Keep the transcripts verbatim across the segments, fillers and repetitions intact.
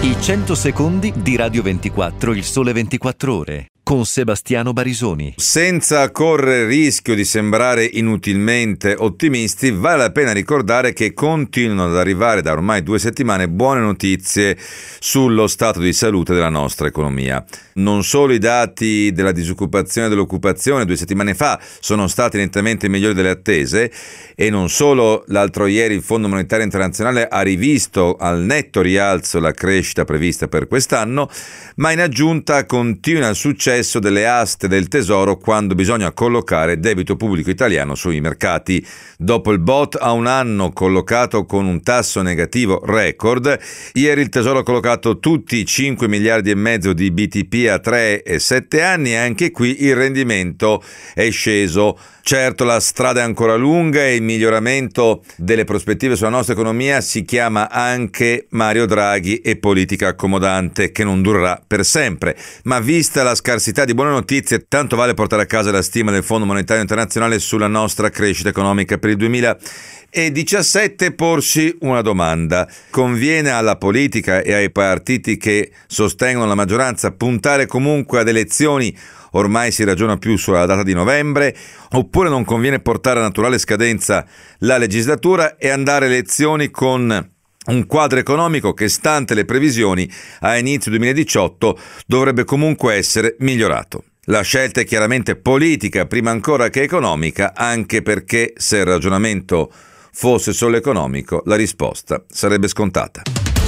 I cento secondi di Radio ventiquattro, il sole ventiquattro ore, con Sebastiano Barisoni. Senza correre il rischio di sembrare inutilmente ottimisti, vale la pena ricordare che continuano ad arrivare da ormai due settimane buone notizie sullo stato di salute della nostra economia. Non solo i dati della disoccupazione e dell'occupazione due settimane fa sono stati nettamente migliori delle attese, e non solo l'altro ieri il Fondo Monetario Internazionale ha rivisto al netto rialzo la crescita prevista per quest'anno, ma in aggiunta continua il successo delle aste del Tesoro quando bisogna collocare debito pubblico italiano sui mercati. Dopo il B O T a un anno collocato con un tasso negativo record, ieri il Tesoro ha collocato tutti i cinque miliardi e mezzo di B T P a tre e sette anni, e anche qui il rendimento è sceso. Certo, la strada è ancora lunga e il miglioramento delle prospettive sulla nostra economia si chiama anche Mario Draghi e politica accomodante, che non durerà per sempre. Ma vista la scarsità di buone notizie, tanto vale portare a casa la stima del Fondo Monetario Internazionale sulla nostra crescita economica per il duemiladiciassette e porsi una domanda. Conviene alla politica e ai partiti che sostengono la maggioranza puntare comunque ad elezioni? Ormai si ragiona più sulla data di novembre, oppure non conviene portare a naturale scadenza la legislatura e andare a elezioni con un quadro economico che, stante le previsioni, a inizio duemiladiciotto dovrebbe comunque essere migliorato? La scelta è chiaramente politica prima ancora che economica, anche perché se il ragionamento fosse solo economico, la risposta sarebbe scontata.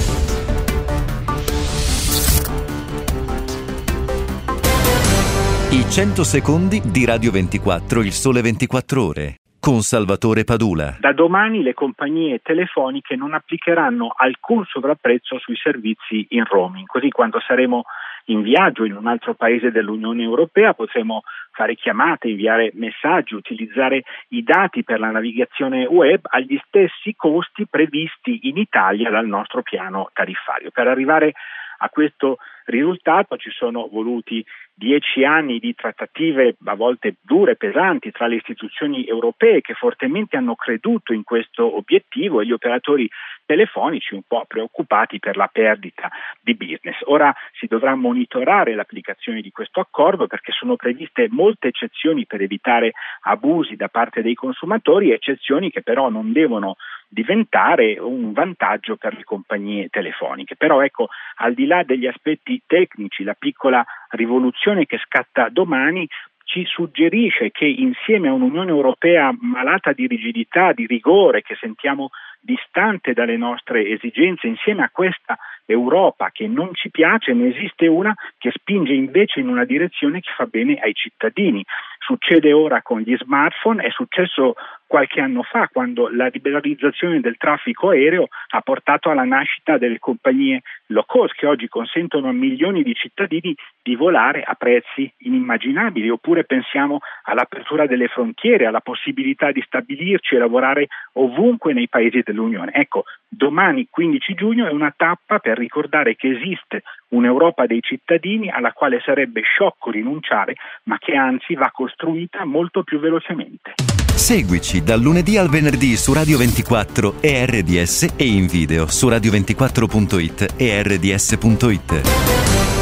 I cento secondi di Radio ventiquattro, il sole ventiquattro ore, con Salvatore Padula. Da domani le compagnie telefoniche non applicheranno alcun sovrapprezzo sui servizi in roaming, così quando saremo in viaggio in un altro paese dell'Unione Europea potremo fare chiamate, inviare messaggi, utilizzare i dati per la navigazione web agli stessi costi previsti in Italia dal nostro piano tariffario. Per arrivare a questo risultato ci sono voluti dieci anni di trattative, a volte dure, pesanti, tra le istituzioni europee che fortemente hanno creduto in questo obiettivo, e gli operatori telefonici un po' preoccupati per la perdita di business. Ora si dovrà monitorare l'applicazione di questo accordo, perché sono previste molte eccezioni per evitare abusi da parte dei consumatori, eccezioni che però non devono diventare un vantaggio per le compagnie telefoniche. Però ecco, al di là degli aspetti tecnici, la piccola rivoluzione che scatta domani ci suggerisce che, insieme a un'Unione Europea malata di rigidità, di rigore, che sentiamo distante dalle nostre esigenze, insieme a questa Europa che non ci piace, ne esiste una che spinge invece in una direzione che fa bene ai cittadini. Succede ora con gli smartphone, è successo qualche anno fa quando la liberalizzazione del traffico aereo ha portato alla nascita delle compagnie low cost che oggi consentono a milioni di cittadini di volare a prezzi inimmaginabili. Oppure pensiamo all'apertura delle frontiere, alla possibilità di stabilirci e lavorare ovunque nei paesi dell'Unione. Ecco, domani quindici giugno è una tappa per ricordare che esiste un'Europa dei cittadini alla quale sarebbe sciocco rinunciare, ma che anzi va costruita molto più velocemente. Seguici dal lunedì al venerdì su Radio ventiquattro e R D S, e in video su radio ventiquattro punto it e R D S punto it.